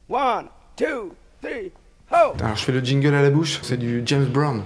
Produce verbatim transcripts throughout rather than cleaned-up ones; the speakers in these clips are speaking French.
One, two, three, ho! Alors je fais le jingle à la bouche, c'est du James Brown.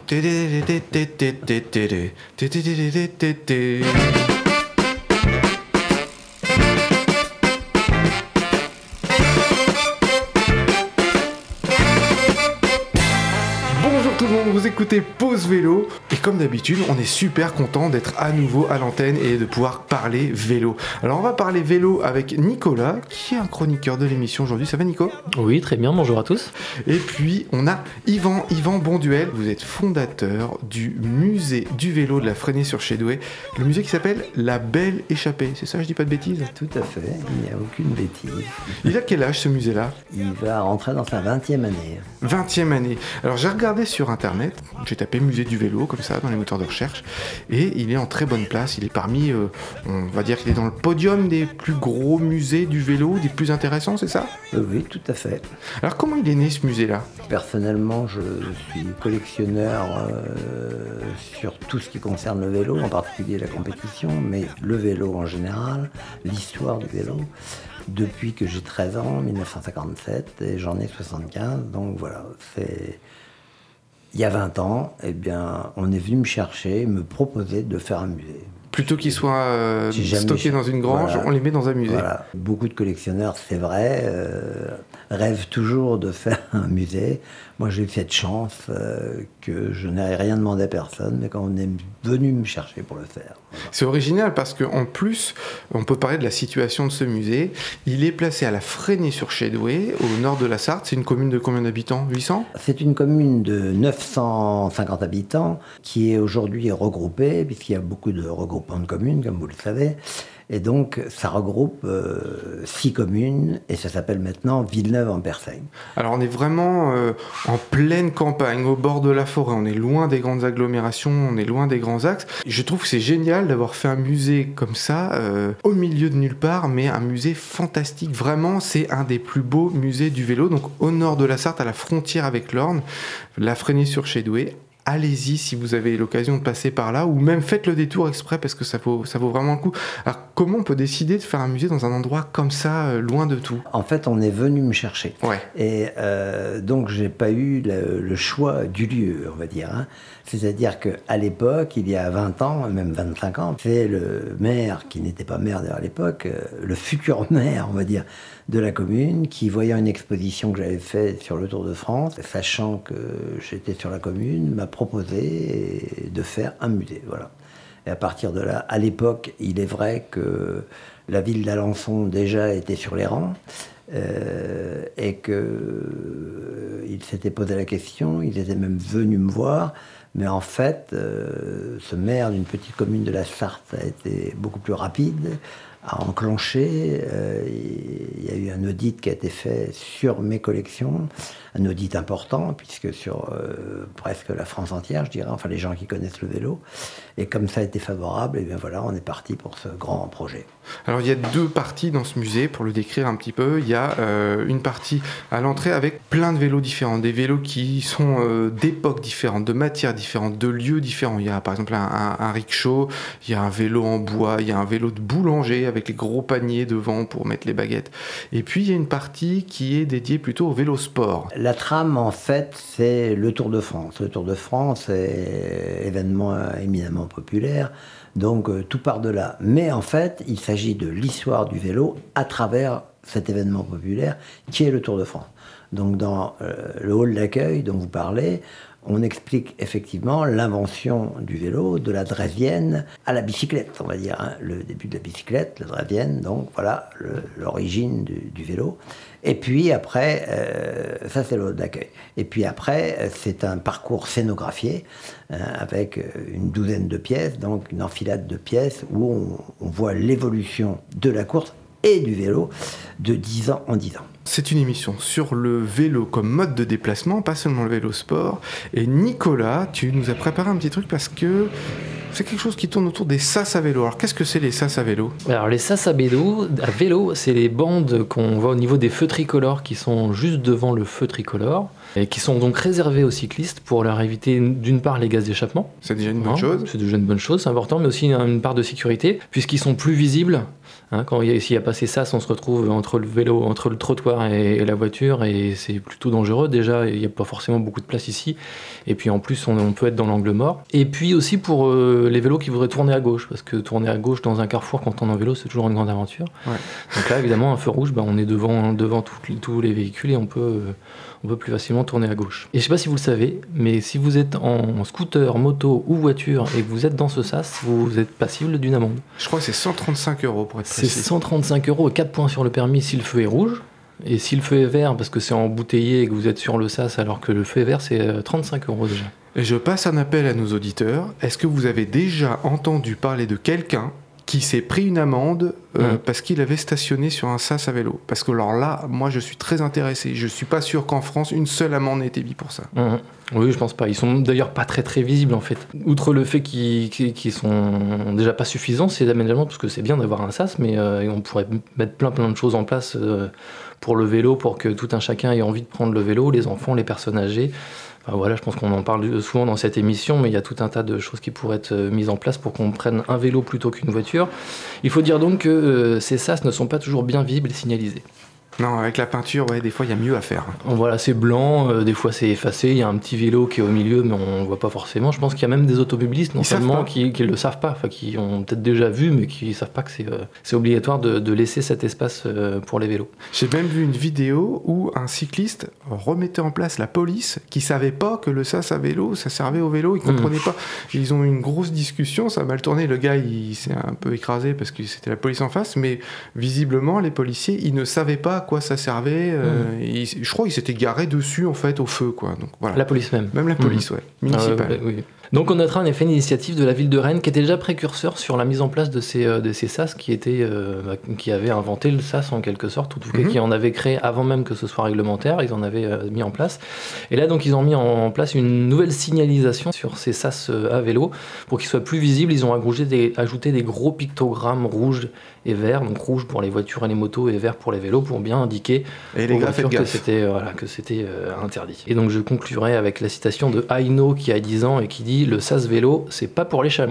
Bonjour tout le monde, vous écoutez Pause Vélo et comme d'habitude on est super content d'être à nouveau à l'antenne et de pouvoir parler vélo. Alors on va parler vélo avec Nicolas qui est un chroniqueur de l'émission aujourd'hui. Ça va Nico ? Oui, très bien, bonjour à tous. Et puis on a Yvan, Yvan Bonduel, vous êtes fondateur du musée du vélo de la Fresnay-sur-Chédoué, le musée qui s'appelle La Belle Échappée, c'est ça, je dis pas de bêtises ? Tout à fait, il n'y a aucune bêtise. Il a quel âge ce musée-là ? Il va rentrer dans sa vingtième année. vingtième année. Alors j'ai regardé sur internet, j'ai tapé musée du vélo comme ça dans les moteurs de recherche et il est en très bonne place, il est parmi, euh, on va dire qu'il est dans le podium des plus gros musées du vélo, des plus intéressants, c'est ça ? Euh, oui, tout à fait. Alors comment il est né ce musée-là ? Personnellement, je suis collectionneur euh, sur tout ce qui concerne le vélo, en particulier la compétition, mais le vélo en général, l'histoire du vélo, depuis que j'ai treize ans, dix-neuf cent cinquante-sept, et j'en ai soixante-quinze, donc voilà, c'est... Il y a vingt ans, eh bien, on est venu me chercher, me proposer de faire un musée. Plutôt qu'ils soient euh, stockés ch... dans une grange, voilà. On les met dans un musée. Voilà. Beaucoup de collectionneurs, c'est vrai, euh, rêvent toujours de faire un musée. Moi, j'ai eu cette chance euh, que je n'ai rien demandé à personne, mais quand on est venu me chercher pour le faire. Voilà. C'est original parce qu'en plus, on peut parler de la situation de ce musée. Il est placé à la Fresnay-sur-Chédoué, au nord de la Sarthe. C'est une commune de combien d'habitants ? huit cents ? C'est une commune de neuf cent cinquante habitants qui est aujourd'hui regroupée, puisqu'il y a beaucoup de regroupements de communes, comme vous le savez. Et donc, ça regroupe euh, six communes et ça s'appelle maintenant Villeneuve-en-Perceigne. Alors, on est vraiment euh, en pleine campagne, au bord de la forêt. On est loin des grandes agglomérations, on est loin des grands axes. Je trouve que c'est génial d'avoir fait un musée comme ça, euh, au milieu de nulle part, mais un musée fantastique. Vraiment, c'est un des plus beaux musées du vélo. Donc, au nord de la Sarthe, à la frontière avec l'Orne, la Fresnay-sur-Chédoué. Allez-y si vous avez l'occasion de passer par là, ou même faites le détour exprès parce que ça vaut, ça vaut vraiment le coup. Alors comment on peut décider de faire un musée dans un endroit comme ça, euh, loin de tout ? En fait, on est venu me chercher. Ouais. Et euh, donc, j'ai pas eu le, le choix du lieu, on va dire. Hein. C'est-à-dire qu'à l'époque, il y a vingt ans, même vingt-cinq ans, c'est le maire, qui n'était pas maire d'ailleurs à l'époque, euh, le futur maire, on va dire, de la commune, qui, voyant une exposition que j'avais faite sur le Tour de France, sachant que j'étais sur la commune, m'a proposé de faire un musée. Voilà. Et à partir de là, à l'époque, il est vrai que la ville d'Alençon déjà était sur les rangs, euh, et qu'ils euh, s'étaient posé la question, ils étaient même venus me voir, mais en fait, euh, ce maire d'une petite commune de la Sarthe a été beaucoup plus rapide, a enclenché, euh, il y a eu un audit qui a été fait sur mes collections, un audit important, puisque sur euh, presque la France entière, je dirais, enfin les gens qui connaissent le vélo, et comme ça a été favorable, et bien voilà, on est parti pour ce grand projet. Alors il y a deux parties dans ce musée, pour le décrire un petit peu. Il y a euh, une partie à l'entrée avec plein de vélos différents, des vélos qui sont euh, d'époques différentes, de matières différentes, de lieux différents. Il y a par exemple un, un, un rickshaw, il y a un vélo en bois, il y a un vélo de boulanger avec les gros paniers devant pour mettre les baguettes. Et puis il y a une partie qui est dédiée plutôt au vélo sport. La trame, en fait, c'est le Tour de France. Le Tour de France est événement éminemment populaire, donc euh, tout part de là. Mais en fait, il s'agit de l'histoire du vélo à travers cet événement populaire qui est le Tour de France. Donc dans euh, le hall d'accueil dont vous parlez, on explique effectivement l'invention du vélo, de la Drévienne à la bicyclette, on va dire. Hein. Le début de la bicyclette, la Drévienne, donc voilà le, l'origine du, du vélo. Et puis après, euh, ça c'est le hall d'accueil. Et puis après, c'est un parcours scénographié euh, avec une douzaine de pièces, donc une enfilade de pièces où on, on voit l'évolution de la course et du vélo de dix ans en dix ans. C'est une émission sur le vélo comme mode de déplacement, pas seulement le vélo sport. Et Nicolas, tu nous as préparé un petit truc parce que c'est quelque chose qui tourne autour des sas à vélo. Alors qu'est-ce que c'est les sas à vélo ? Alors les sas à vélo, à vélo, c'est les bandes qu'on voit au niveau des feux tricolores qui sont juste devant le feu tricolore et qui sont donc réservés aux cyclistes pour leur éviter d'une part les gaz d'échappement. C'est déjà une bonne hein, chose. C'est déjà une bonne chose, c'est important, mais aussi une part de sécurité puisqu'ils sont plus visibles Hein, quand il y a, s'il n'y a pas ces sas, on se retrouve entre le vélo, entre le trottoir et, et la voiture, et c'est plutôt dangereux. Déjà, il n'y a pas forcément beaucoup de place ici, et puis en plus, on, on peut être dans l'angle mort. Et puis aussi pour euh, les vélos qui voudraient tourner à gauche, parce que tourner à gauche dans un carrefour quand on est en vélo, c'est toujours une grande aventure. Ouais. Donc là, évidemment, un feu rouge, bah, on est devant, devant tout- tous les véhicules et on peut, euh, on peut plus facilement tourner à gauche. Et je ne sais pas si vous le savez, mais si vous êtes en scooter, moto ou voiture et que vous êtes dans ce sas, vous êtes passible d'une amende. Je crois que c'est cent trente-cinq euros pour être C'est précis. cent trente-cinq euros et quatre points sur le permis si le feu est rouge. Et si le feu est vert, parce que c'est embouteillé et que vous êtes sur le sas, alors que le feu est vert, c'est euh, trente-cinq euros déjà. Et je passe un appel à nos auditeurs. Est-ce que vous avez déjà entendu parler de quelqu'un qui s'est pris une amende euh, Mmh. parce qu'il avait stationné sur un sas à vélo? Parce que alors là, moi je suis très intéressé. Je suis pas sûr qu'en France, une seule amende ait été mise pour ça. Mhm. Oui, je pense pas. Ils sont d'ailleurs pas très très visibles en fait. Outre le fait qu'ils, qu'ils, qu'ils sont déjà pas suffisants, ces aménagements, parce que c'est bien d'avoir un sas, mais euh, on pourrait mettre plein plein de choses en place euh, pour le vélo, pour que tout un chacun ait envie de prendre le vélo, les enfants, les personnes âgées. Enfin, voilà, je pense qu'on en parle souvent dans cette émission, mais il y a tout un tas de choses qui pourraient être euh, mises en place pour qu'on prenne un vélo plutôt qu'une voiture. Il faut dire donc que euh, ces sas ne sont pas toujours bien visibles et signalisés. Non, avec la peinture, ouais, des fois il y a mieux à faire. Voilà, c'est blanc, euh, des fois c'est effacé, il y a un petit vélo qui est au milieu, mais on ne voit pas forcément. Je pense qu'il y a même des automobilistes, non Ils savent seulement pas. qui ne le savent pas, enfin qui ont peut-être déjà vu, mais qui ne savent pas que c'est, euh, c'est obligatoire de, de laisser cet espace euh, pour les vélos. J'ai même vu une vidéo où un cycliste remettait en place la police qui savait pas que le sas à vélo, ça servait au vélo, ils comprenaient pas. Ils ont eu une grosse discussion, ça a mal tourné. Le gars, il s'est un peu écrasé parce que c'était la police en face, mais visiblement, les policiers, ils ne savaient pas à quoi ça servait. Euh, ils- je crois qu'ils s'étaient garés dessus, en fait, au feu, quoi. Donc voilà. La police même. Même la police, ouais, municipale. Ah ouais, ouais, oui. Donc on notera en effet une initiative de la ville de Rennes qui était déjà précurseur sur la mise en place de ces, euh, de ces sas qui, étaient, euh, bah, qui avaient inventé le sas en quelque sorte, ou en tout cas Mhm. qui en avaient créé avant même que ce soit réglementaire, ils en avaient euh, mis en place. Et là donc ils ont mis en place une nouvelle signalisation sur ces sas euh, à vélo pour qu'ils soient plus visibles. Ils ont ajouté des, ajouté des gros pictogrammes rouges et verts, donc rouge pour les voitures et les motos et vert pour les vélos pour bien indiquer Et les aux gars, voitures faites que gaffe. c'était euh, voilà, que c'était euh, interdit. Et donc je conclurai avec la citation de Aino qui a dix ans et qui dit « Le sas vélo, c'est pas pour les chameaux ».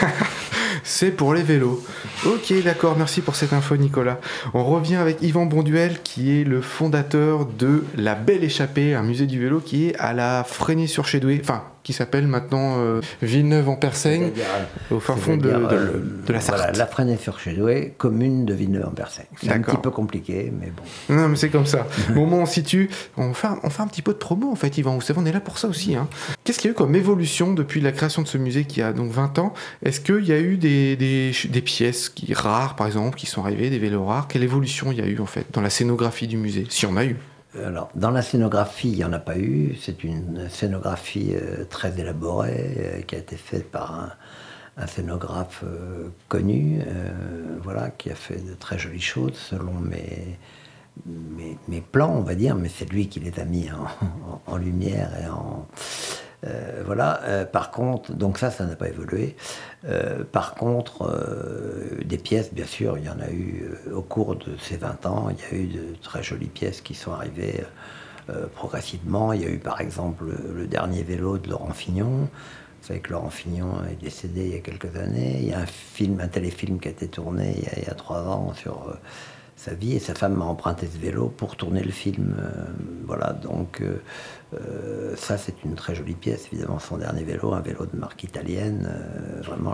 C'est pour les vélos. Ok, d'accord, merci pour cette info, Nicolas. On revient avec Yvan Bonduel, qui est le fondateur de La Belle Échappée, un musée du vélo qui est à la Fresnay-sur-Chédoué, enfin, qui s'appelle maintenant euh, Villeneuve-en-Persaigne, C'est-à-dire, euh, au fin fond de, c'est-à-dire, de- euh, de la Sarthe. Voilà, la Fresnay-sur-Chédoué, commune de Villeneuve-en-Persaigne. C'est un D'accord. petit peu compliqué, mais bon. Non, mais c'est comme ça. Au moment où on se situe, on fait, un, on fait un petit peu de promo, en fait, Yvan. Vous savez, on est là pour ça aussi. Hein. Qu'est-ce qu'il y a eu comme évolution depuis la création de ce musée qui a donc vingt ans? Est-ce qu'il y a eu des, des, des pièces qui, rares, par exemple, qui sont arrivées, des vélos rares? Quelle évolution il y a eu, en fait, dans la scénographie du musée? Si on a eu. Alors, dans la scénographie, il n'y en a pas eu. C'est une scénographie euh, très élaborée euh, qui a été faite par un, un scénographe euh, connu, euh, voilà, qui a fait de très jolies choses selon mes, mes, mes plans, on va dire, mais c'est lui qui les a mis en, en, en lumière et en... Euh, voilà, euh, par contre, donc ça, ça n'a pas évolué. Euh, par contre, euh, des pièces, bien sûr, il y en a eu euh, au cours de ces vingt ans, il y a eu de très jolies pièces qui sont arrivées euh, progressivement. Il y a eu par exemple le, le dernier vélo de Laurent Fignon. Vous savez que Laurent Fignon est décédé il y a quelques années. Il y a un film, un téléfilm qui a été tourné il y a, il y a trois ans sur euh, sa vie, et sa femme m'a emprunté ce vélo pour tourner le film. Euh, voilà, donc euh, euh, ça c'est une très jolie pièce, évidemment, son dernier vélo, un vélo de marque italienne, euh, vraiment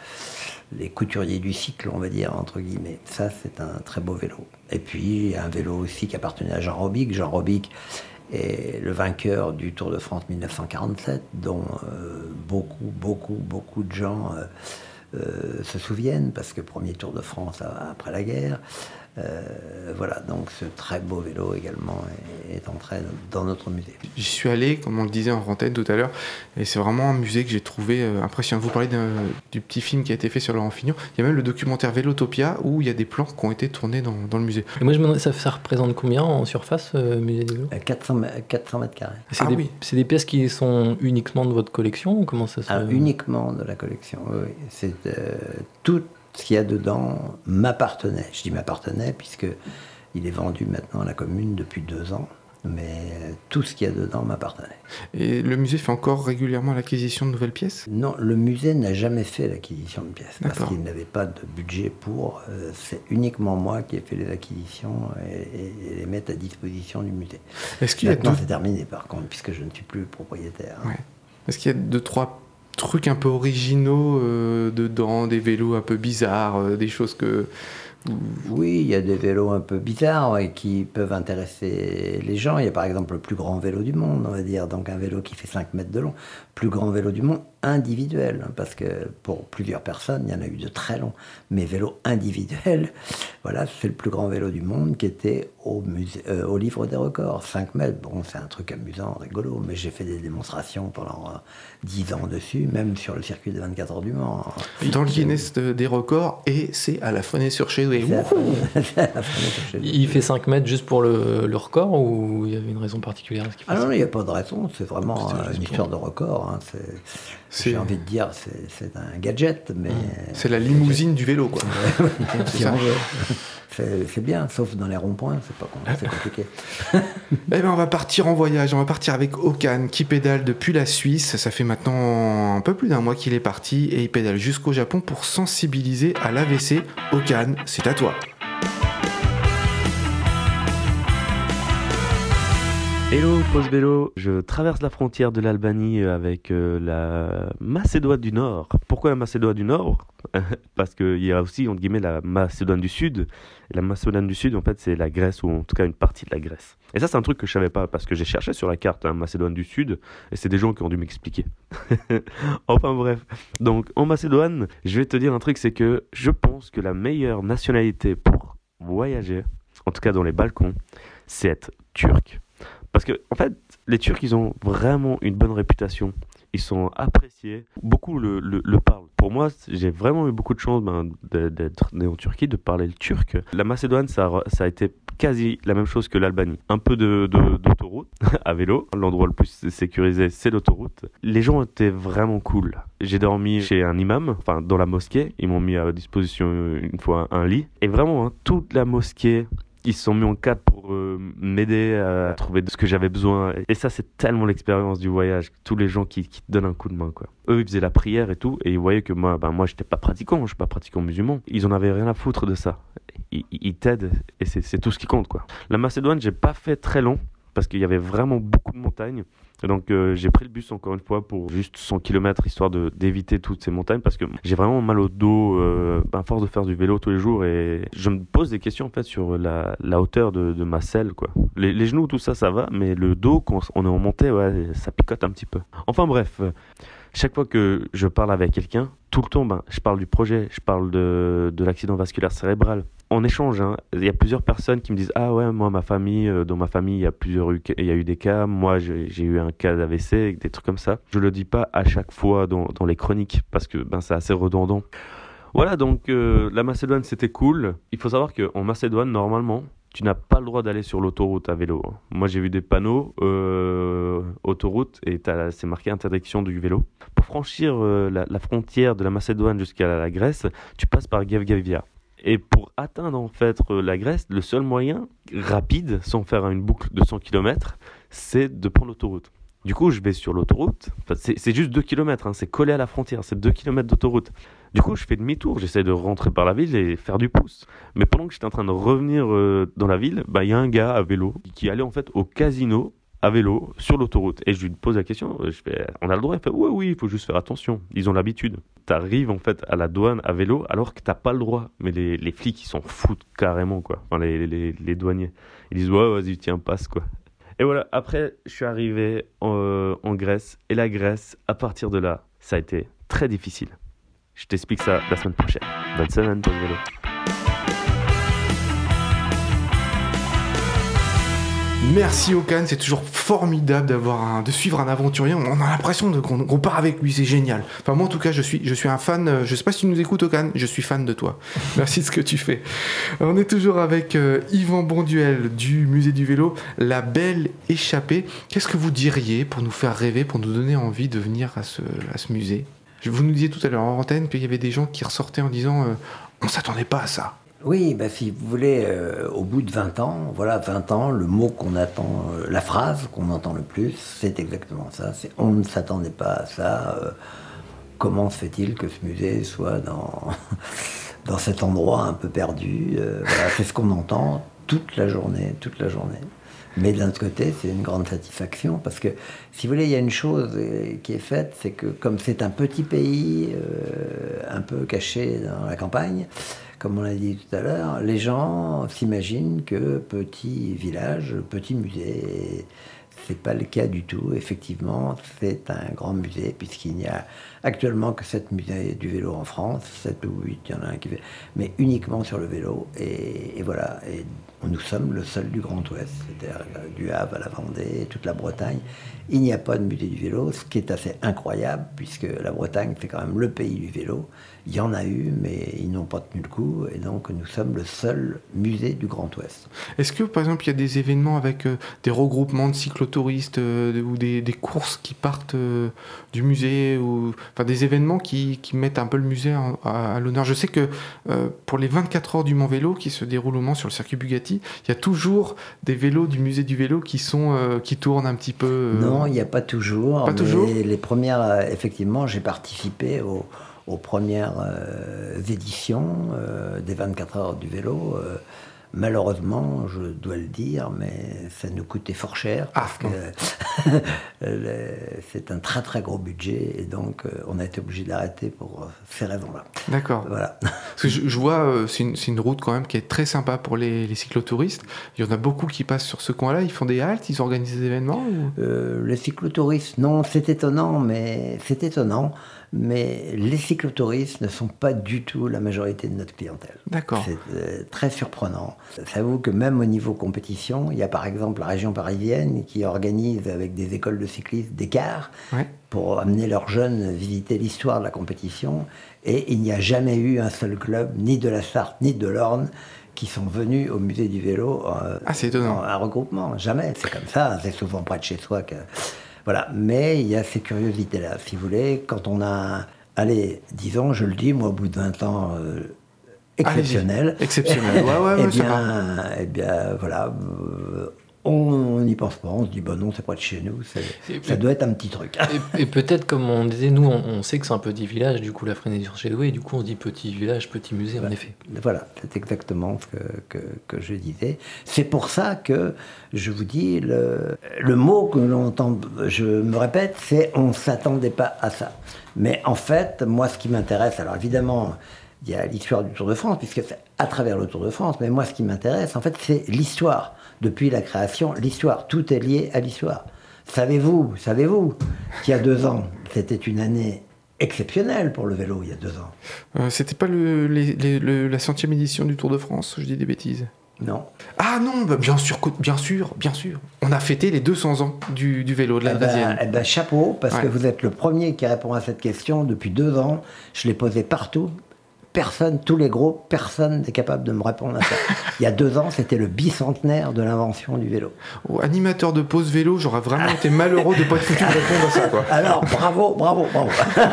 le- les couturiers du cycle, on va dire, entre guillemets. Ça c'est un très beau vélo. Et puis il y a un vélo aussi qui appartenait à Jean Robic. Jean Robic est le vainqueur du Tour de France mille neuf cent quarante-sept, dont euh, beaucoup, beaucoup, beaucoup de gens euh, euh, se souviennent, parce que premier Tour de France après la guerre. Euh, voilà, donc ce très beau vélo également est, est entré dans notre musée. J'y suis allé, comme on le disait en antenne tout à l'heure, et c'est vraiment un musée que j'ai trouvé euh, impressionnant. Vous parlez d'un- du petit film qui a été fait sur Laurent Fignon. Il y a même le documentaire Vélotopia où il y a des plans qui ont été tournés dans, dans le musée. Et moi je me demandais, ça, ça représente combien en surface, euh, musée des vélos? Euh, quatre cents, quatre cents mètres carrés. C'est Ah des, oui. c'est des pièces qui sont uniquement de votre collection ou comment ça se... Ah, uniquement de la collection, oui. oui. C'est euh, tout ce qu'il y a dedans m'appartenait. Je dis m'appartenait puisque il est vendu maintenant à la commune depuis deux ans. mais tout ce qu'il y a dedans m'appartenait. Et le musée fait encore régulièrement l'acquisition de nouvelles pièces ? Non, le musée n'a jamais fait l'acquisition de pièces, D'accord. parce qu'il n'avait pas de budget pour. Euh, c'est uniquement moi qui ai fait les acquisitions et, et- et les mettre à disposition du musée. Est-ce qu'il y a Maintenant, deux... c'est terminé, par contre, puisque je ne suis plus propriétaire. Ouais. Est-ce qu'il y a deux, trois trucs un peu originaux euh, dedans, des vélos un peu bizarres, euh, des choses que... Oui, il y a des vélos un peu bizarres ouais, qui peuvent intéresser les gens. Il y a par exemple le plus grand vélo du monde, on va dire, donc un vélo qui fait cinq mètres de long, plus grand vélo du monde individuel, hein, parce que pour plusieurs personnes, il y en a eu de très longs, mais vélo individuel, voilà, c'est le plus grand vélo du monde qui était au, musée, euh, au livre des records, cinq mètres. Bon, c'est un truc amusant, rigolo, mais j'ai fait des démonstrations pendant euh, dix ans dessus, même sur le circuit de vingt-quatre heures du Mans. Dans le Guinness de- des records, et c'est à la Fenêtre-sur-Chézoué. C'est la fin- Wouhou. c'est la fin de chercher le- Il fait cinq mètres juste pour le, le record ou il y avait une raison particulière à ce qu'il Ah fasse non, il n'y a pas de raison, c'est vraiment C'est euh, juste une pour- histoire de record. Hein. C'est, C'est- j'ai envie de dire, c'est, c'est un gadget, mais... C'est la limousine du vélo, quoi. si ça. on veut. C'est, c'est bien, sauf dans les ronds-points, c'est, pas, com- c'est compliqué. Eh ben, on va partir en voyage, on va partir avec Okan qui pédale depuis la Suisse. Ça fait maintenant un peu plus d'un mois qu'il est parti et il pédale jusqu'au Japon pour sensibiliser à l'A V C. Okan, c'est à toi. Hello, pause vélo. Je traverse la frontière de l'Albanie avec euh, la Macédoine du Nord. Pourquoi la Macédoine du Nord ? Parce qu'il y a aussi, entre guillemets, la Macédoine du Sud. Et la Macédoine du Sud, en fait, c'est la Grèce, ou en tout cas une partie de la Grèce. Et ça, c'est un truc que je savais pas, parce que j'ai cherché sur la carte hein, Macédoine du Sud, et c'est des gens qui ont dû m'expliquer. Enfin bref. Donc, en Macédoine, je vais te dire un truc, c'est que je pense que la meilleure nationalité pour voyager, en tout cas dans les Balkans, c'est être turc. Parce que, en fait, les Turcs, ils ont vraiment une bonne réputation. Ils sont appréciés. Beaucoup le, le, le parlent. Pour moi, j'ai vraiment eu beaucoup de chance ben, d'être né en Turquie, de parler le turc. La Macédoine, ça a, ça a été quasi la même chose que l'Albanie. Un peu de, de, d'autoroute à vélo. L'endroit le plus sécurisé, c'est l'autoroute. Les gens étaient vraiment cool. J'ai dormi chez un imam, enfin dans la mosquée. Ils m'ont mis à disposition une fois un lit. Et vraiment, hein, toute la mosquée... Ils se sont mis en cadre pour euh, m'aider à trouver ce que j'avais besoin. Et ça, c'est tellement l'expérience du voyage. Tous les gens qui, qui te donnent un coup de main, quoi. Eux, ils faisaient la prière et tout. Et ils voyaient que moi, ben, moi, j'étais pas pratiquant. Je suis pas pratiquant musulman. Ils en avaient rien à foutre de ça. Ils, ils t'aident et c'est, c'est tout ce qui compte, quoi. La Macédoine, j'ai pas fait très long parce qu'il y avait vraiment beaucoup de montagnes. Et donc euh, j'ai pris le bus encore une fois pour juste cent kilomètres histoire de, d'éviter toutes ces montagnes parce que j'ai vraiment mal au dos euh, à force de faire du vélo tous les jours et je me pose des questions en fait sur la, la hauteur de, de ma selle quoi. Les, les genoux tout ça ça va mais le dos quand on est en montée ouais, ça picote un petit peu. Enfin bref, euh, chaque fois que je parle avec quelqu'un, tout le temps ben, je parle du projet, je parle de, de l'accident vasculaire cérébral. On échange, hein. Il y a plusieurs personnes qui me disent ah ouais moi ma famille euh, dans ma famille il y a plusieurs il y a eu des cas, moi j'ai, j'ai eu un cas d'A V C, des trucs comme ça. Je le dis pas à chaque fois dans, dans les chroniques parce que ben c'est assez redondant. Voilà donc euh, la Macédoine c'était cool. Il faut savoir que en Macédoine normalement tu n'as pas le droit d'aller sur l'autoroute à vélo. Moi j'ai vu des panneaux euh, autoroute et t'as, c'est marqué interdiction du vélo. Pour franchir euh, la, la frontière de la Macédoine jusqu'à la Grèce, tu passes par Gevgevia. Et pour atteindre en fait la Grèce, le seul moyen rapide, sans faire une boucle de cent kilomètres, c'est de prendre l'autoroute. Du coup, je vais sur l'autoroute, enfin, c'est, c'est juste deux kilomètres, hein, c'est collé à la frontière, c'est deux kilomètres d'autoroute. Du coup, je fais demi-tour, j'essaie de rentrer par la ville et faire du pouce. Mais pendant que j'étais en train de revenir euh, dans la ville, bah, y a un gars à vélo qui allait en fait au casino à vélo sur l'autoroute et je lui pose la question, je fais on a le droit, il fait ouais oui, il faut juste faire attention, ils ont l'habitude. T'arrives en fait à la douane à vélo alors que t'as pas le droit, mais les, les flics ils s'en foutent carrément quoi, enfin les, les, les douaniers, ils disent ouais vas-y tiens passe quoi. Et voilà, après je suis arrivé en, en Grèce et la Grèce à partir de là ça a été très difficile. Je t'explique ça la semaine prochaine. Bonne semaine pour le vélo. Merci Okan, c'est toujours formidable d'avoir un, de suivre un aventurier. On a l'impression de, qu'on, qu'on part avec lui, c'est génial. Enfin moi en tout cas, je suis, je suis un fan. Euh, je sais pas si tu nous écoutes Okan, je suis fan de toi. Merci de ce que tu fais. On est toujours avec euh, Yvan Bonduel du Musée du Vélo, La Belle Échappée. Qu'est-ce que vous diriez pour nous faire rêver, pour nous donner envie de venir à ce, à ce musée ? Vous nous disiez tout à l'heure en antenne qu'il y avait des gens qui ressortaient en disant euh, on s'attendait pas à ça. Oui, bah, si vous voulez, euh, au bout de vingt ans, voilà, vingt ans, le mot qu'on attend, euh, la phrase qu'on entend le plus, c'est exactement ça. C'est on ne s'attendait pas à ça. Euh, comment se fait-il que ce musée soit dans, dans cet endroit un peu perdu euh, voilà, c'est ce qu'on entend toute la journée, toute la journée. Mais d'un autre côté, c'est une grande satisfaction parce que, si vous voulez, il y a une chose qui est faite, c'est que comme c'est un petit pays, euh, un peu caché dans la campagne, comme on l'a dit tout à l'heure, les gens s'imaginent que petit village, petit musée, c'est pas le cas du tout. Effectivement, c'est un grand musée puisqu'il n'y a actuellement que sept musées du vélo en France, sept ou huit, il y en a un qui fait, mais uniquement sur le vélo. Et, et voilà. Et nous sommes le seul du Grand Ouest, c'est-à-dire du Havre à la Vendée, toute la Bretagne. Il n'y a pas de musée du vélo, ce qui est assez incroyable, puisque la Bretagne, c'est quand même le pays du vélo. Il y en a eu, mais ils n'ont pas tenu le coup, et donc nous sommes le seul musée du Grand Ouest. Est-ce que, par exemple, il y a des événements avec euh, des regroupements de cyclotouristes euh, ou des, des courses qui partent euh, du musée, ou enfin des événements qui, qui mettent un peu le musée en, à, à l'honneur? Je sais que euh, pour les vingt-quatre heures du Mont Vélo, qui se déroulent au Mans sur le circuit Bugatti, il y a toujours des vélos du musée du vélo qui, sont, euh, qui tournent un petit peu... Euh... Non, il n'y a pas toujours. Pas mais toujours les premières, effectivement, j'ai participé au... aux premières euh, éditions euh, des vingt-quatre heures du vélo. Euh, malheureusement, je dois le dire, mais ça nous coûtait fort cher parce ah, que le, c'est un très très gros budget et donc euh, on a été obligé d'arrêter pour euh, ces raisons-là. D'accord. Voilà. Parce que je, je vois, euh, c'est, une, c'est une route quand même qui est très sympa pour les, les cyclotouristes. Il y en a beaucoup qui passent sur ce coin-là. Ils font des haltes, ils organisent des événements ou... euh, Les cyclotouristes, non, c'est étonnant, mais c'est étonnant. Mais les cyclotouristes ne sont pas du tout la majorité de notre clientèle. D'accord. C'est euh, très surprenant. J'avoue que même au niveau compétition, il y a par exemple la région parisienne qui organise avec des écoles de cyclistes des cars ouais. pour amener leurs jeunes visiter l'histoire de la compétition. Et il n'y a jamais eu un seul club, ni de la Sarthe, ni de l'Orne, qui sont venus au musée du vélo euh, ah, c'est étonnant. en un regroupement. Jamais. C'est comme ça. C'est souvent près de chez soi que... Voilà, mais il y a ces curiosités-là, si vous voulez, quand on a, allez, disons, je le dis, moi, au bout de vingt ans, euh, exceptionnel. Allez-y. Exceptionnel, ouais, ouais, eh ouais, bien, eh bien, voilà, euh, on n'y pense pas, on se dit, bah non, c'est pas de chez nous, c'est, et, ça doit être un petit truc. Et, et peut-être, comme on disait, nous, on, on sait que c'est un petit village, du coup, la Fresnay-sur-Chédoué, et du coup, on se dit petit village, petit musée, voilà. En effet. Voilà, c'est exactement ce que, que, que je disais. C'est pour ça que, je vous dis, le, le mot que l'on entend, je me répète, c'est on ne s'attendait pas à ça. Mais en fait, moi, ce qui m'intéresse, alors évidemment, il y a l'histoire du Tour de France, puisque c'est à travers le Tour de France, mais moi, ce qui m'intéresse, en fait, c'est l'histoire. Depuis la création, l'histoire. Tout est lié à l'histoire. Savez-vous, savez-vous qu'il y a deux ans, c'était une année exceptionnelle pour le vélo, il y a deux ans. Euh, c'était pas le, les, les, le, la centième édition du Tour de France, je dis des bêtises. Non. Ah non, bah bien sûr, bien sûr, bien sûr. On a fêté les deux cents ans du, du vélo, de la eh ben, deuxième. Eh ben, chapeau, parce ouais. que vous êtes le premier qui répond à cette question depuis deux ans. Je l'ai posée partout. Personne, tous les gros, personne n'est capable de me répondre à ça. Il y a deux ans, c'était le bicentenaire de l'invention du vélo. Oh, animateur de pause vélo, j'aurais vraiment été malheureux de ne pas être foutu de répondre à ça, quoi. Alors, bravo, bravo, bravo.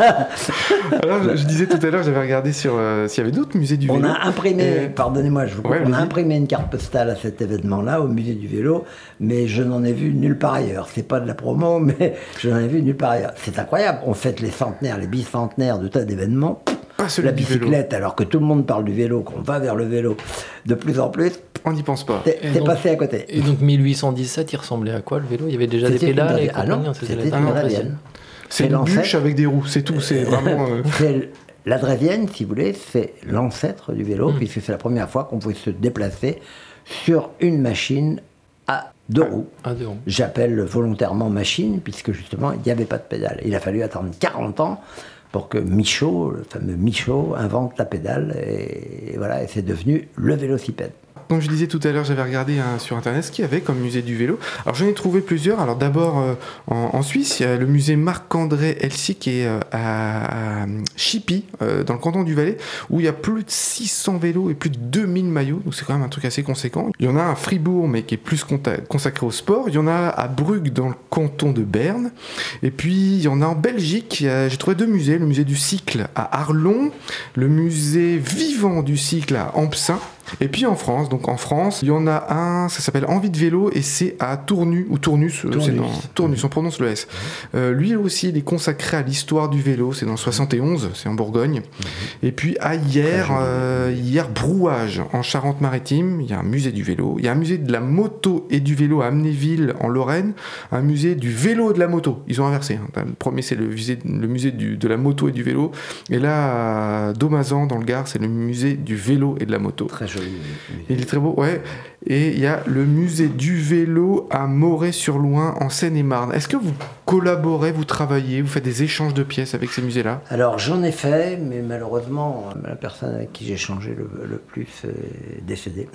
Alors, je, je disais tout à l'heure, j'avais regardé sur euh, s'il y avait d'autres musées du on vélo. On a imprimé, et... pardonnez-moi, je vous ouais, coupe, on a imprimé une carte postale à cet événement-là, au musée du vélo, mais je n'en ai vu nulle part ailleurs. C'est pas de la promo, mais je n'en ai vu nulle part ailleurs. C'est incroyable. On fête les centenaires, les bicentenaires de tas d'événements. Pas celui la du bicyclette, vélo. Alors que tout le monde parle du vélo, qu'on va vers le vélo de plus en plus. On n'y pense pas. T'es, t'es donc, passé à côté. Et donc mille huit cent dix-sept, il ressemblait à quoi le vélo? Il y avait déjà c'était des pédales et ah non, c'était, c'était la, une Drévienne. C'est, c'est une bûche avec des roues, c'est tout. C'est vraiment. Euh... C'est la Drévienne, si vous voulez, c'est l'ancêtre du vélo, mmh. puisque c'est la première fois qu'on pouvait se déplacer sur une machine à deux roues. À deux roues. J'appelle volontairement machine, puisque justement, il n'y avait pas de pédale. Il a fallu attendre quarante ans pour que Michaud, le fameux Michaud, invente la pédale, et, et voilà, et c'est devenu le vélocipède. Comme je disais tout à l'heure, j'avais regardé hein, sur internet ce qu'il y avait comme musée du vélo. Alors j'en ai trouvé plusieurs. Alors d'abord euh, en, en Suisse, il y a le musée Marc-André Elsy qui est euh, à, à Chipy, euh, dans le canton du Valais, où il y a plus de six cents vélos et plus de deux mille maillots. Donc c'est quand même un truc assez conséquent. Il y en a à Fribourg, mais qui est plus consacré au sport. Il y en a à Brugg, dans le canton de Berne. Et puis il y en a en Belgique. Il y a, j'ai trouvé deux musées. Le musée du cycle à Arlon, le musée vivant du cycle à Ampsin. Et puis en France, donc en France, il y en a un, ça s'appelle Envie de vélo et c'est à Tournu ou Tournus, Tournus, c'est dans, Tournus on prononce le S. Mmh. Euh, lui aussi, il est consacré à l'histoire du vélo, c'est dans le soixante et onze, c'est en Bourgogne. Mmh. Et puis à hier, euh, hier Brouage en Charente-Maritime, il y a un musée du vélo, il y a un musée de la moto et du vélo à Amnéville en Lorraine, un musée du vélo et de la moto. Ils ont inversé. Hein. Le premier c'est le musée, le musée du, de la moto et du vélo, et là à Domazan dans le Gard, c'est le musée du vélo et de la moto. Très joli. Il est très beau, ouais. Et il y a le musée du vélo à Moret-sur-Loing en Seine-et-Marne. Est-ce que vous collaborez, vous travaillez, vous faites des échanges de pièces avec ces musées-là ? Alors j'en ai fait, mais malheureusement la personne avec qui j'ai échangé le, le plus est décédée.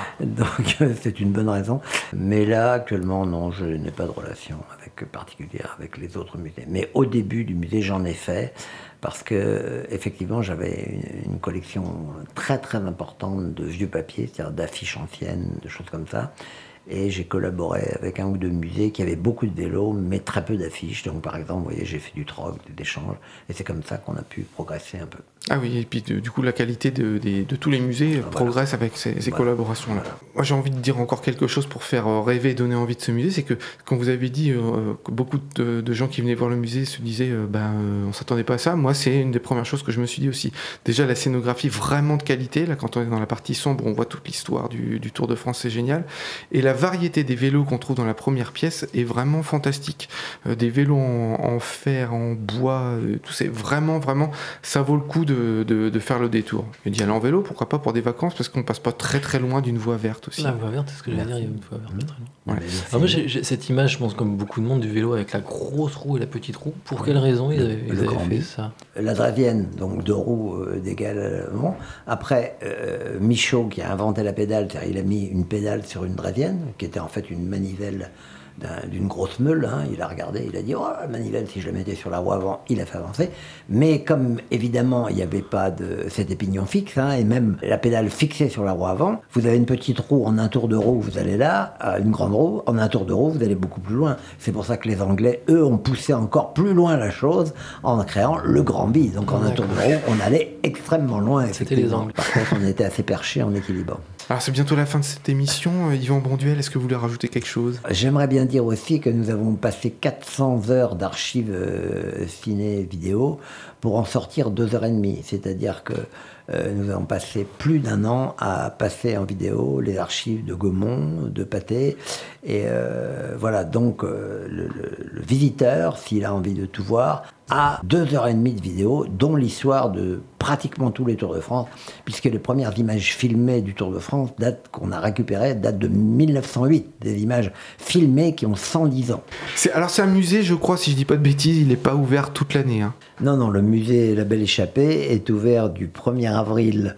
Donc c'est une bonne raison. Mais là actuellement non, je n'ai pas de relation avec, particulière avec les autres musées. Mais au début du musée j'en ai fait. Parce que effectivement j'avais une, une collection très très importante de vieux papiers, c'est-à-dire d'affiches anciennes, de choses comme ça. Et j'ai collaboré avec un ou deux musées qui avaient beaucoup de vélos, mais très peu d'affiches. Donc par exemple, vous voyez, j'ai fait du troc, des échanges, et c'est comme ça qu'on a pu progresser un peu. Ah oui, et puis de, du coup la qualité de, de, de tous les musées voilà. progresse avec ces, ces voilà. collaborations-là. Voilà. Moi j'ai envie de dire encore quelque chose pour faire rêver et donner envie de ce musée, c'est que quand vous avez dit euh, que beaucoup de, de gens qui venaient voir le musée se disaient euh, ben, euh, on s'attendait pas à ça, moi c'est une des premières choses que je me suis dit aussi. Déjà la scénographie vraiment de qualité, là quand on est dans la partie sombre, on voit toute l'histoire du, du Tour de France, c'est génial. Et la variété des vélos qu'on trouve dans la première pièce est vraiment fantastique. Euh, des vélos en, en fer, en bois, euh, tout c'est vraiment, vraiment, ça vaut le coup de, de, de faire le détour. Et d'y aller en vélo, pourquoi pas pour des vacances, parce qu'on passe pas très très loin d'une voie verte aussi. La voie verte, c'est ce que j'allais dire, il y a une voie verte pas très loin. Ouais. Alors moi j'ai, j'ai cette image, je pense comme beaucoup de monde, du vélo avec la grosse roue et la petite roue. Pour quelle raison ils avaient, ils avaient fait ça ? La Dravienne, donc deux roues euh, d'égale. Bon. Après, euh, Michaud qui a inventé la pédale, c'est-à-dire il a mis une pédale sur une Dravienne, qui était en fait une manivelle d'un, d'une grosse meule. Hein. Il a regardé, il a dit oh, la manivelle, si je la mettais sur la roue avant, il a fait avancer. Mais comme évidemment il n'y avait pas de cet épignon fixe, hein, et même la pédale fixée sur la roue avant, vous avez une petite roue en un tour de roue, vous allez là, une grande roue, en un tour de roue, vous allez beaucoup plus loin. C'est pour ça que les Anglais, eux, ont poussé encore plus loin la chose en créant le grand bi. Donc en un tour de roue, on allait extrêmement loin. C'était les Anglais. Par contre, on était assez perché en équilibre. Alors c'est bientôt la fin de cette émission. Yvan Bonduel, est-ce que vous voulez rajouter quelque chose ? J'aimerais bien dire aussi que nous avons passé quatre cents heures d'archives euh, ciné vidéo pour en sortir deux heures et demie. C'est-à-dire que euh, nous avons passé plus d'un an à passer en vidéo les archives de Gaumont, de Pathé. Et euh, voilà, donc euh, le, le, le visiteur, s'il a envie de tout voir, a deux heures et demie de vidéo, dont l'histoire de pratiquement tous les Tours de France, puisque les premières images filmées du Tour de France datent, qu'on a récupérées datent de mille neuf cent huit, des images filmées qui ont cent dix ans. C'est, alors c'est un musée, je crois, si je dis pas de bêtises, il n'est pas ouvert toute l'année. Hein. Non, non, le musée La Belle Échappée est ouvert du premier avril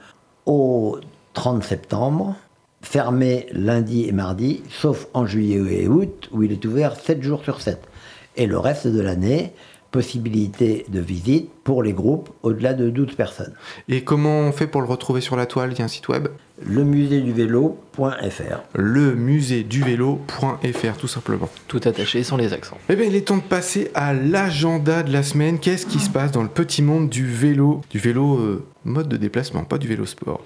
au trente septembre, fermé lundi et mardi, sauf en juillet et août, où il est ouvert sept jours sur sept. Et le reste de l'année, possibilité de visite pour les groupes au-delà de douze personnes. Et comment on fait pour le retrouver sur la toile ? Il y a un site web ? le musée du vélo point f r. le musée du vélo point f r, tout simplement. Tout attaché, sans les accents. Eh bien, il est temps de passer à l'agenda de la semaine. Qu'est-ce qui se passe dans le petit monde du vélo ? Du vélo euh, mode de déplacement, pas du vélo sport.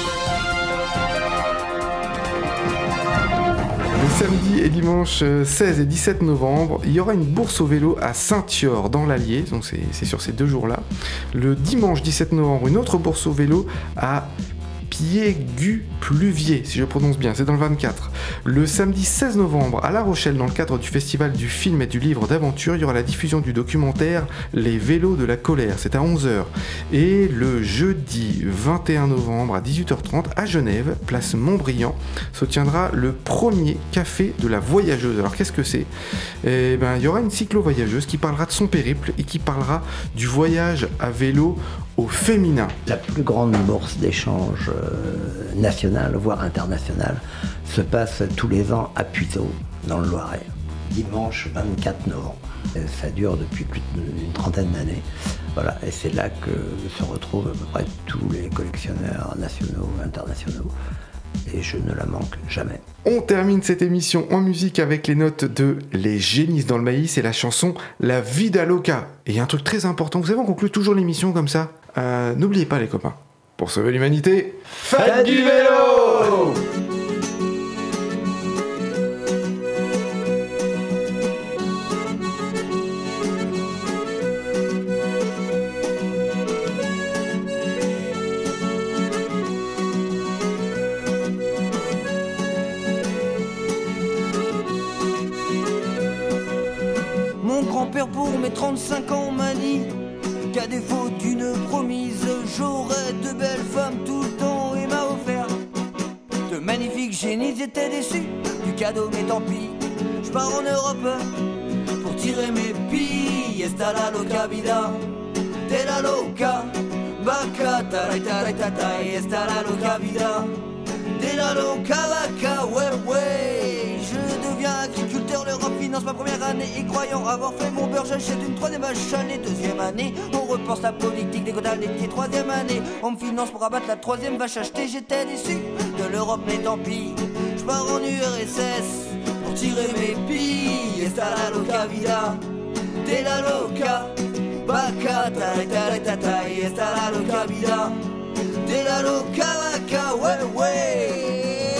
Le samedi et dimanche seize et dix-sept novembre, il y aura une bourse au vélo à Saint-Thior dans l'Allier, donc c'est, c'est sur ces deux jours-là. Le dimanche dix-sept novembre, une autre bourse au vélo à Piégu-Pluviers, si je prononce bien, c'est dans le vingt-quatre. Le samedi seize novembre, à La Rochelle, dans le cadre du festival du film et du livre d'aventure, il y aura la diffusion du documentaire Les vélos de la colère, c'est à onze heures. Et le jeudi vingt et un novembre, à dix-huit heures trente, à Genève, place Montbriand, se tiendra le premier café de la voyageuse. Alors qu'est-ce que c'est ? Eh ben, il y aura une cyclo-voyageuse qui parlera de son périple et qui parlera du voyage à vélo au féminin. La plus grande bourse d'échange euh, nationale, voire internationale, se passe tous les ans à Puiseaux, dans le Loiret, dimanche vingt-quatre novembre. Et ça dure depuis plus d'une trentaine d'années. Voilà, et c'est là que se retrouvent à peu près tous les collectionneurs nationaux, internationaux. Et je ne la manque jamais. On termine cette émission en musique avec les notes de Les Génisses dans le maïs et la chanson La Vida Loca. Et il y a un truc très important, vous savez, on conclut toujours l'émission comme ça. Euh, n'oubliez pas les copains, Pour sauver l'humanité, faites du vélo! Mon grand-père pour mes trente-cinq ans m'a dit qu'à défaut d'une promise, j'aurais de belles femmes tout le temps et m'a offert de magnifiques génies. J'étais déçu du cadeau, mais tant pis. Je pars en Europe pour tirer mes billes. Esta la loca vida de la loca vaca, taray taray tatay. Esta la loca vida de la loca vaca, ouais ouais. Je deviens agriculteur, l'Europe finance ma première année. Et croyant avoir fait mon beurre, j'achète une troisième vache à lait. Deuxième année, on repense la politique des quotas laitiers. Troisième année, on me finance pour abattre la troisième vache achetée. J'étais déçu de l'Europe, mais tant pis. Je pars en U R S S pour tirer mes billes. Esta la loca vida de la loca vaca, taray taray tatay. Esta la loca vida de la loca vaca, ouais ouais.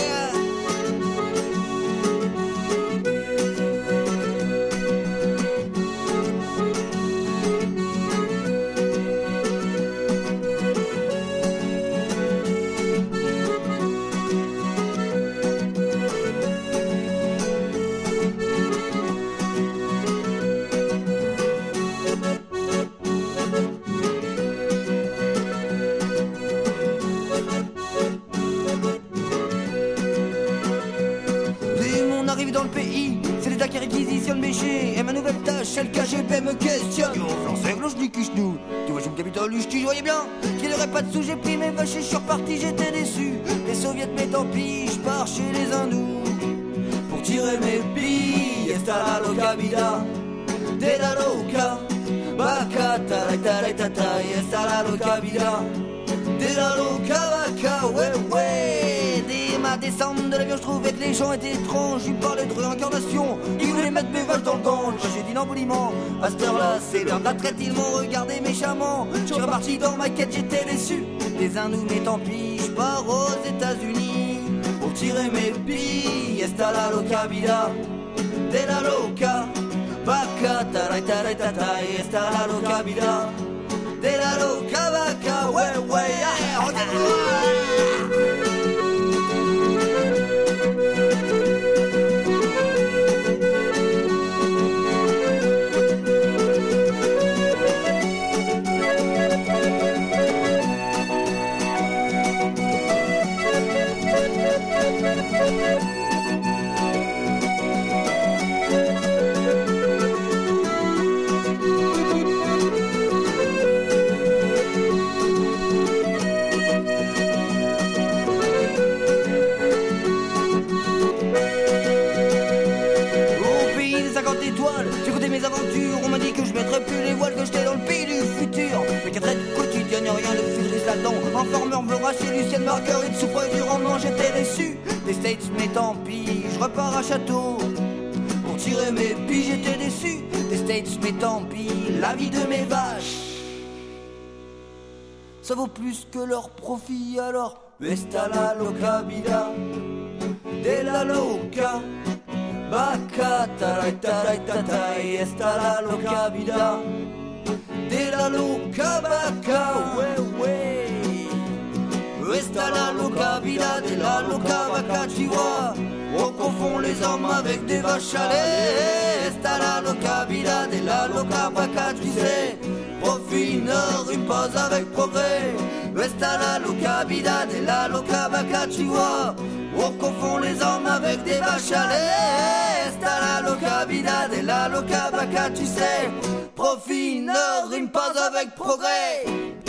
Dans le pays, c'est l'État qui réquisitionne mes chais. Et ma nouvelle tâche, c'est le K G B me questionne. Yo, français, glos, je dis qui nous. Tu vois, je me capitole, je dis, voyais bien qu'il n'y aurait pas de sous, j'ai pris mes vaches et je suis reparti, j'étais déçu. Les soviets, mais tant pis, je pars chez les hindous pour tirer mes billes. Esta la loca vida de la loca vaca, taray taray tatay. Esta la loca vida de la loca vaca, ouais ouais. Ma descente de l'avion, je trouvais que les gens étaient étranges. Ils me parlaient de réincarnation, ils voulaient mettre mes vaches dans le gange. J'ai dit non poliment, à cette heure-là c'est l'heure de la traite. Ils m'ont regardé méchamment, je suis reparti dans ma quête, j'étais déçu. Les hindous, mais tant pis, je pars aux États-Unis pour tirer mes billes. Esta la loca vida de la loca vaca, taray taray tatay. Esta la loca vida de la loca vaca, ouais ouais, yeah, regarde-moi. J'ai écouté mes aventures, on m'a dit que je mettrais plus les voiles, que j'étais dans le pays du futur. Mais qu'à traite quotidienne, rien de futuriste là-dedans. Un formeur me racheter Lucienne Marguerite, souffre du rendement, j'étais déçu. Les States, mais tant pis, je repars à Château pour tirer mes billes, j'étais déçu. Les States, mais tant pis, la vie de mes vaches, ça vaut plus que leur profit, alors Esta la loca vida de la loca vaca, taray taray tatay. Esta la loca vida de la loca vaca, ouais ouais. Esta la loca vida de la loca vaca, tu vois, on confond les hommes avec des vaches à lait. Esta la loca vida de la loca vaca, tu sais, profit ne rime pas avec progrès. Esta la loca vida de la loca vaca, tu vois, on confond les hommes avec des vaches à lait. Esta la loca vida de la loca vaca, tu sais, profit ne rime pas avec progrès.